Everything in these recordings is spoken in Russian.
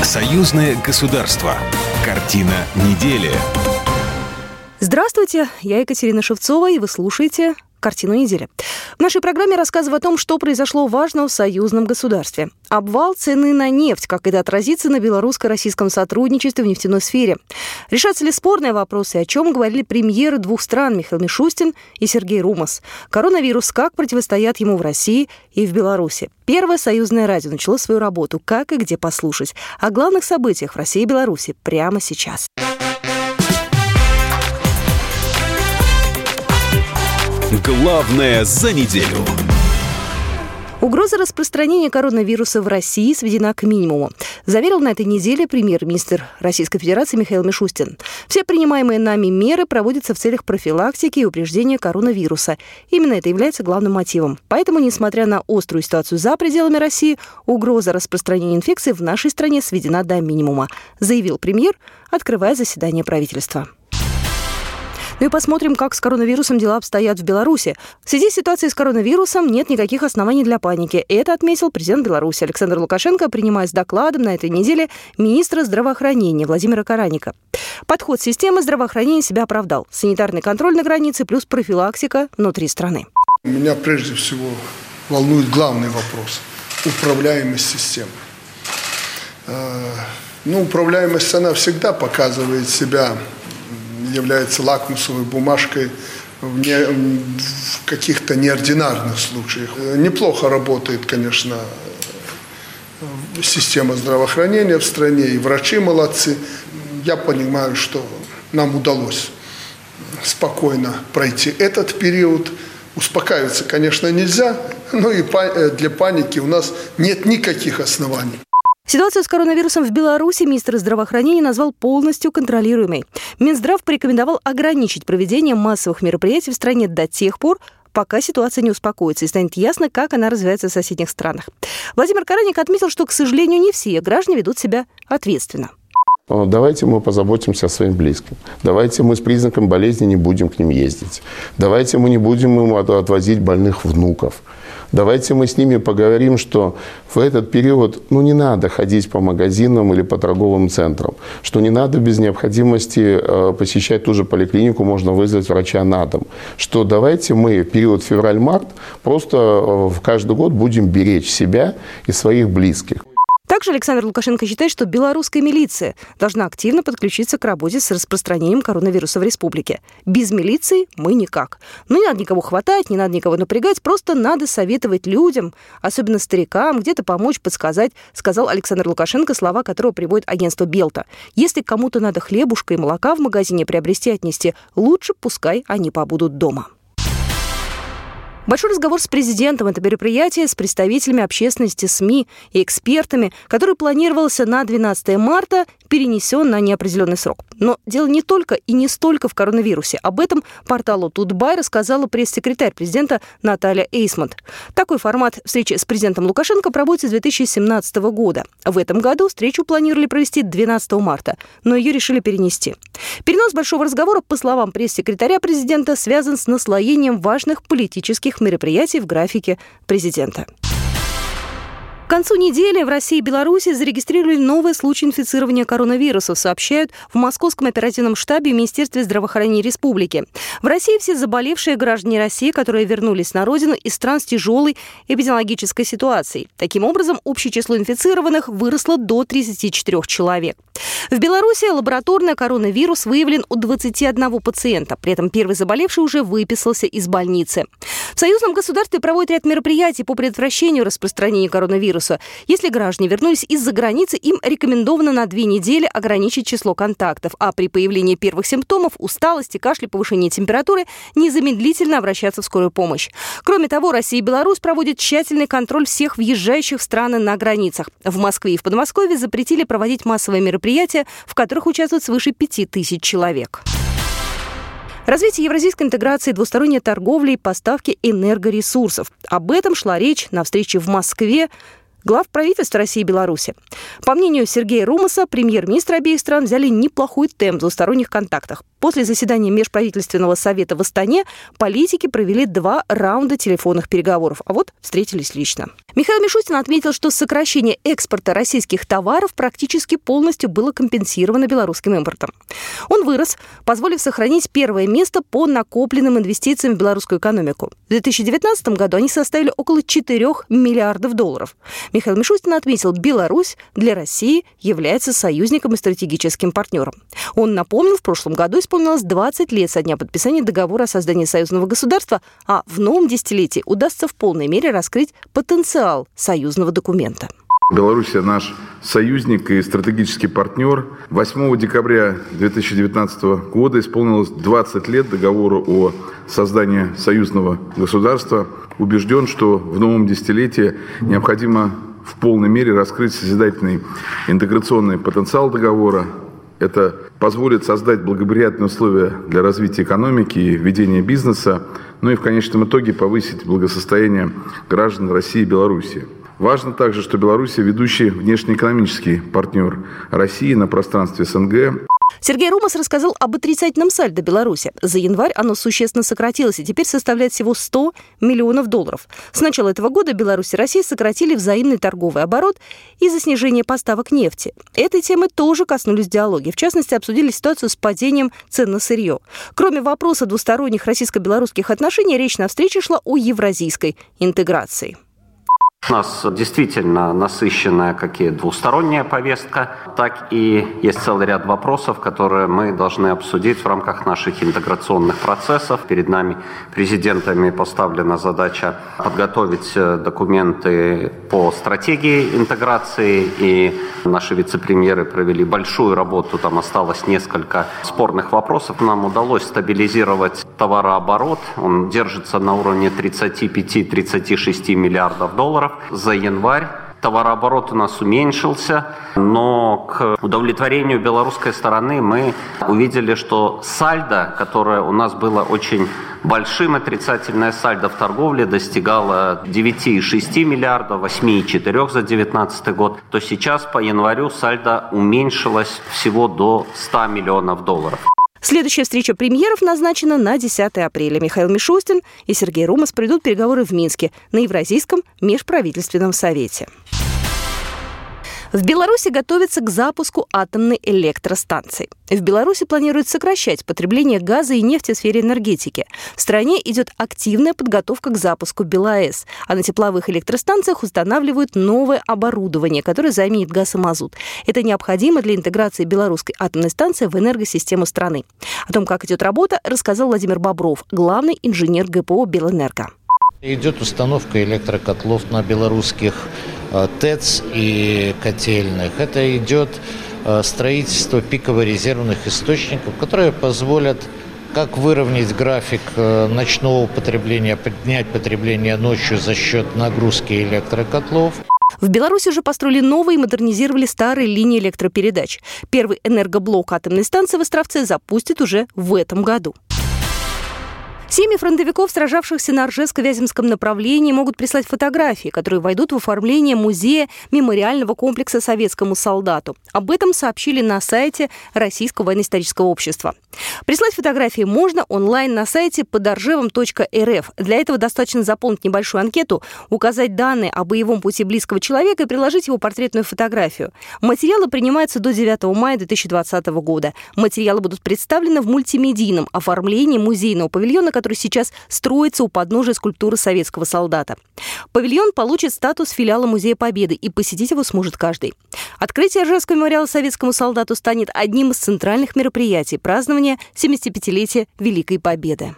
Союзное государство. Картина недели. Здравствуйте, я Екатерина Шевцова, и вы слушаете «Картину недели». В нашей программе рассказываю о том, что произошло важного в союзном государстве. Обвал цены на нефть, как это отразится на белорусско-российском сотрудничестве в нефтяной сфере. Решатся ли спорные вопросы, о чем говорили премьеры двух стран Михаил Мишустин и Сергей Румас. Коронавирус, как противостоят ему в России и в Беларуси. Первое союзное радио начало свою работу. Как и где послушать. О главных событиях в России и Беларуси прямо сейчас. Главное за неделю. Угроза распространения коронавируса в России сведена к минимуму, заверил на этой неделе премьер-министр Российской Федерации Михаил Мишустин. Все принимаемые нами меры проводятся в целях профилактики и упреждения коронавируса. Именно это является главным мотивом. Поэтому, несмотря на острую ситуацию за пределами России, угроза распространения инфекции в нашей стране сведена до минимума, заявил премьер, открывая заседание правительства. Ну и посмотрим, как с коронавирусом дела обстоят в Беларуси. В связи с ситуацией с коронавирусом нет никаких оснований для паники. Это отметил президент Беларуси Александр Лукашенко, принимая с докладом на этой неделе министра здравоохранения Владимира Караника. Подход системы здравоохранения себя оправдал. Санитарный контроль на границе плюс профилактика внутри страны. Меня прежде всего волнует главный вопрос – управляемость системы. Управляемость, она всегда показывает себя, является лакмусовой бумажкой в каких-то неординарных случаях. Неплохо работает, конечно, система здравоохранения в стране, и врачи молодцы. Я понимаю, что нам удалось спокойно пройти этот период. Успокаиваться, конечно, нельзя, но и для паники у нас нет никаких оснований. Ситуацию с коронавирусом в Беларуси министр здравоохранения назвал полностью контролируемой. Минздрав порекомендовал ограничить проведение массовых мероприятий в стране до тех пор, пока ситуация не успокоится и станет ясно, как она развивается в соседних странах. Владимир Караник отметил, что, к сожалению, не все граждане ведут себя ответственно. Давайте мы позаботимся о своим близким. Давайте мы с признаком болезни не будем к ним ездить. Давайте мы не будем им отвозить больных внуков. Давайте мы с ними поговорим, что в этот период не надо ходить по магазинам или по торговым центрам, что не надо без необходимости посещать ту же поликлинику, можно вызвать врача на дом, что давайте мы в период февраль-март просто каждый год будем беречь себя и своих близких. Также Александр Лукашенко считает, что белорусская милиция должна активно подключиться к работе с распространением коронавируса в республике. Без милиции мы никак. Не надо никого хватать, не надо никого напрягать, просто надо советовать людям, особенно старикам, где-то помочь, подсказать, сказал Александр Лукашенко, слова которого приводит агентство Белта. Если кому-то надо хлебушка и молока в магазине приобрести и отнести, лучше пускай они побудут дома. Большой разговор с президентом. Это мероприятие с представителями общественности, СМИ и экспертами, который планировался на 12 марта, перенесен на неопределенный срок. Но дело не только и не столько в коронавирусе. Об этом порталу Тутбай рассказала пресс-секретарь президента Наталья Эйсмонт. Такой формат встречи с президентом Лукашенко проводится с 2017 года. В этом году встречу планировали провести 12 марта, но ее решили перенести. Перенос большого разговора, по словам пресс-секретаря президента, связан с наслоением важных политических мероприятий в графике президента. К концу недели в России и Беларуси зарегистрировали новые случаи инфицирования коронавирусом, сообщают в Московском оперативном штабе и Министерстве здравоохранения республики. В России все заболевшие граждане России, которые вернулись на родину из стран с тяжелой эпидемиологической ситуацией. Таким образом, общее число инфицированных выросло до 34 человек. В Беларуси лабораторный коронавирус выявлен у 21 пациента. При этом первый заболевший уже выписался из больницы. В союзном государстве проводят ряд мероприятий по предотвращению распространения коронавируса. Если граждане вернулись из-за границы, им рекомендовано на 2 недели ограничить число контактов, а при появлении первых симптомов – усталости, кашля, повышения температуры – незамедлительно обращаться в скорую помощь. Кроме того, Россия и Беларусь проводят тщательный контроль всех въезжающих в страны на границах. В Москве и в Подмосковье запретили проводить массовые мероприятия, в которых участвуют свыше 5000 человек. Развитие евразийской интеграции, двусторонняя торговля и поставки энергоресурсов. Об этом шла речь на встрече в Москве глав правительств России и Беларуси. По мнению Сергея Румаса, премьер-министры обеих стран взяли неплохой темп в двусторонних контактах. После заседания Межправительственного совета в Астане политики провели 2 раунда телефонных переговоров, а вот встретились лично. Михаил Мишустин отметил, что сокращение экспорта российских товаров практически полностью было компенсировано белорусским импортом. Он вырос, позволив сохранить первое место по накопленным инвестициям в белорусскую экономику. В 2019 году они составили около 4 миллиардов долларов. Михаил Мишустин отметил, Беларусь для России является союзником и стратегическим партнером. Он напомнил, в прошлом году исполнилось 20 лет со дня подписания договора о создании союзного государства, а в новом десятилетии удастся в полной мере раскрыть потенциал союзного документа. Беларусь наш союзник и стратегический партнер. 8 декабря 2019 года исполнилось 20 лет договору о создании союзного государства. Убежден, что в новом десятилетии необходимо в полной мере раскрыть созидательный интеграционный потенциал договора. Это позволит создать благоприятные условия для развития экономики и ведения бизнеса, ну и в конечном итоге повысить благосостояние граждан России и Беларуси. Важно также, что Беларусь – ведущий внешнеэкономический партнер России на пространстве СНГ. Сергей Румас рассказал об отрицательном сальдо Беларуси. За январь оно существенно сократилось и теперь составляет всего 100 миллионов долларов. С начала этого года Беларусь и Россия сократили взаимный торговый оборот из-за снижения поставок нефти. Этой темы тоже коснулись диалоги. В частности, обсудили ситуацию с падением цен на сырье. Кроме вопроса двусторонних российско-белорусских отношений, речь на встрече шла о евразийской интеграции. У нас действительно насыщенная как и двусторонняя повестка, так и есть целый ряд вопросов, которые мы должны обсудить в рамках наших интеграционных процессов. Перед нами президентами поставлена задача подготовить документы по стратегии интеграции, и наши вице-премьеры провели большую работу, там осталось несколько спорных вопросов. Нам удалось стабилизировать товарооборот, он держится на уровне 35-36 миллиардов долларов. За январь товарооборот у нас уменьшился, но к удовлетворению белорусской стороны мы увидели, что сальдо, которое у нас было очень большим, отрицательное сальдо в торговле достигало 9,6 миллиардов, 8,4 за 2019 год, то сейчас по январю сальдо уменьшилось всего до 100 миллионов долларов. Следующая встреча премьеров назначена на 10 апреля. Михаил Мишустин и Сергей Румас проведут переговоры в Минске на Евразийском межправительственном совете. В Беларуси готовятся к запуску атомной электростанции. В Беларуси планируют сокращать потребление газа и нефти в сфере энергетики. В стране идет активная подготовка к запуску БелАЭС, а на тепловых электростанциях устанавливают новое оборудование, которое заменит газ и мазут. Это необходимо для интеграции белорусской атомной станции в энергосистему страны. О том, как идет работа, рассказал Владимир Бобров, главный инженер ГПО «Белэнерго». Идет установка электрокотлов на белорусских ТЭЦ и котельных. Это идет строительство пиково-резервных источников, которые позволят как выровнять график ночного потребления, поднять потребление ночью за счет нагрузки электрокотлов. В Беларуси уже построили новые и модернизировали старые линии электропередач. Первый энергоблок атомной станции в Островце запустят уже в этом году. Семьи фронтовиков, сражавшихся на Ржевско-Вяземском направлении, могут прислать фотографии, которые войдут в оформление музея мемориального комплекса советскому солдату. Об этом сообщили на сайте Российского военно-исторического общества. Прислать фотографии можно онлайн на сайте подоржевом.рф. Для этого достаточно заполнить небольшую анкету, указать данные о боевом пути близкого человека и приложить его портретную фотографию. Материалы принимаются до 9 мая 2020 года. Материалы будут представлены в мультимедийном оформлении музейного павильона, который сейчас строится у подножия скульптуры советского солдата. Павильон получит статус филиала Музея Победы, и посетить его сможет каждый. Открытие Ржевского мемориала советскому солдату станет одним из центральных мероприятий празднования 75-летия Великой Победы.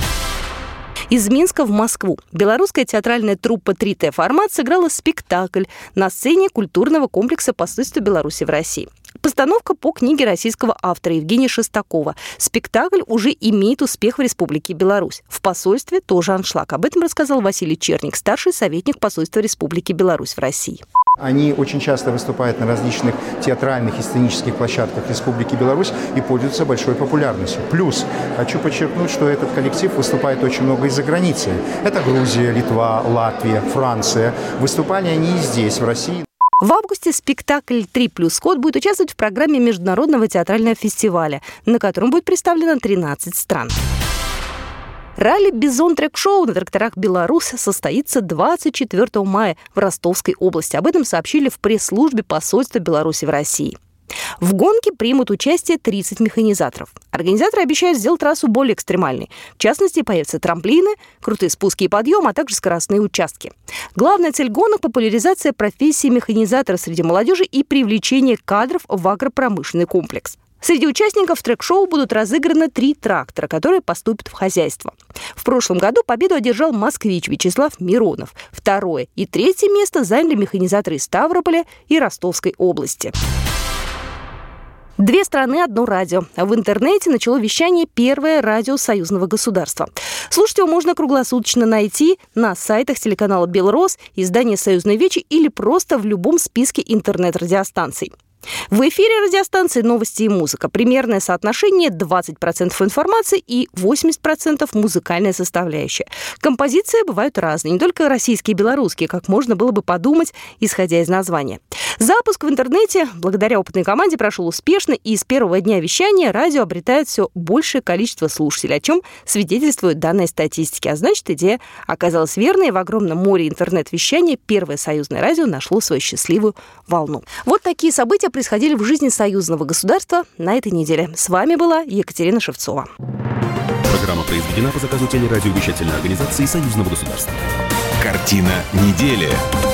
Из Минска в Москву белорусская театральная труппа 3T «Формат» сыграла спектакль на сцене культурного комплекса посольства Беларуси в России. Постановка по книге российского автора Евгения Шестакова. Спектакль уже имеет успех в Республике Беларусь. В посольстве тоже аншлаг. Об этом рассказал Василий Черник, старший советник посольства Республики Беларусь в России. Они очень часто выступают на различных театральных и сценических площадках Республики Беларусь и пользуются большой популярностью. Плюс хочу подчеркнуть, что этот коллектив выступает очень много из-за границы. Это Грузия, Литва, Латвия, Франция. Выступали они и здесь, в России. В августе спектакль «3+. Код» будет участвовать в программе Международного театрального фестиваля, на котором будет представлено 13 стран. Ралли «Бизон Трек-шоу» на тракторах «Беларусь» состоится 24 мая в Ростовской области. Об этом сообщили в пресс-службе посольства Беларуси в России. В гонке примут участие 30 механизаторов. Организаторы обещают сделать трассу более экстремальной. В частности, появятся трамплины, крутые спуски и подъемы, а также скоростные участки. Главная цель гонок – популяризация профессии механизатора среди молодежи и привлечение кадров в агропромышленный комплекс. Среди участников трек-шоу будут разыграны 3 трактора, которые поступят в хозяйство. В прошлом году победу одержал москвич Вячеслав Миронов. 2-е и 3-е место заняли механизаторы из Ставрополя и Ростовской области. 2 страны, 1 радио. В интернете начало вещание первое радио союзного государства. Слушать его можно круглосуточно найти на сайтах телеканала «Белрос», издания «Союзной Вечи» или просто в любом списке интернет-радиостанций. В эфире радиостанции «Новости и музыка». Примерное соотношение 20% информации и 80% музыкальная составляющая. Композиции бывают разные, не только российские и белорусские, как можно было бы подумать, исходя из названия. Запуск в интернете благодаря опытной команде прошел успешно, и с первого дня вещания радио обретает все большее количество слушателей, о чем свидетельствуют данные статистики. А значит, идея оказалась верной, и в огромном море интернет-вещания первое союзное радио нашло свою счастливую волну. Вот такие события происходили в жизни союзного государства на этой неделе. С вами была Екатерина Шевцова. Программа произведена по заказу телерадиовещательной организации союзного государства. Картина недели.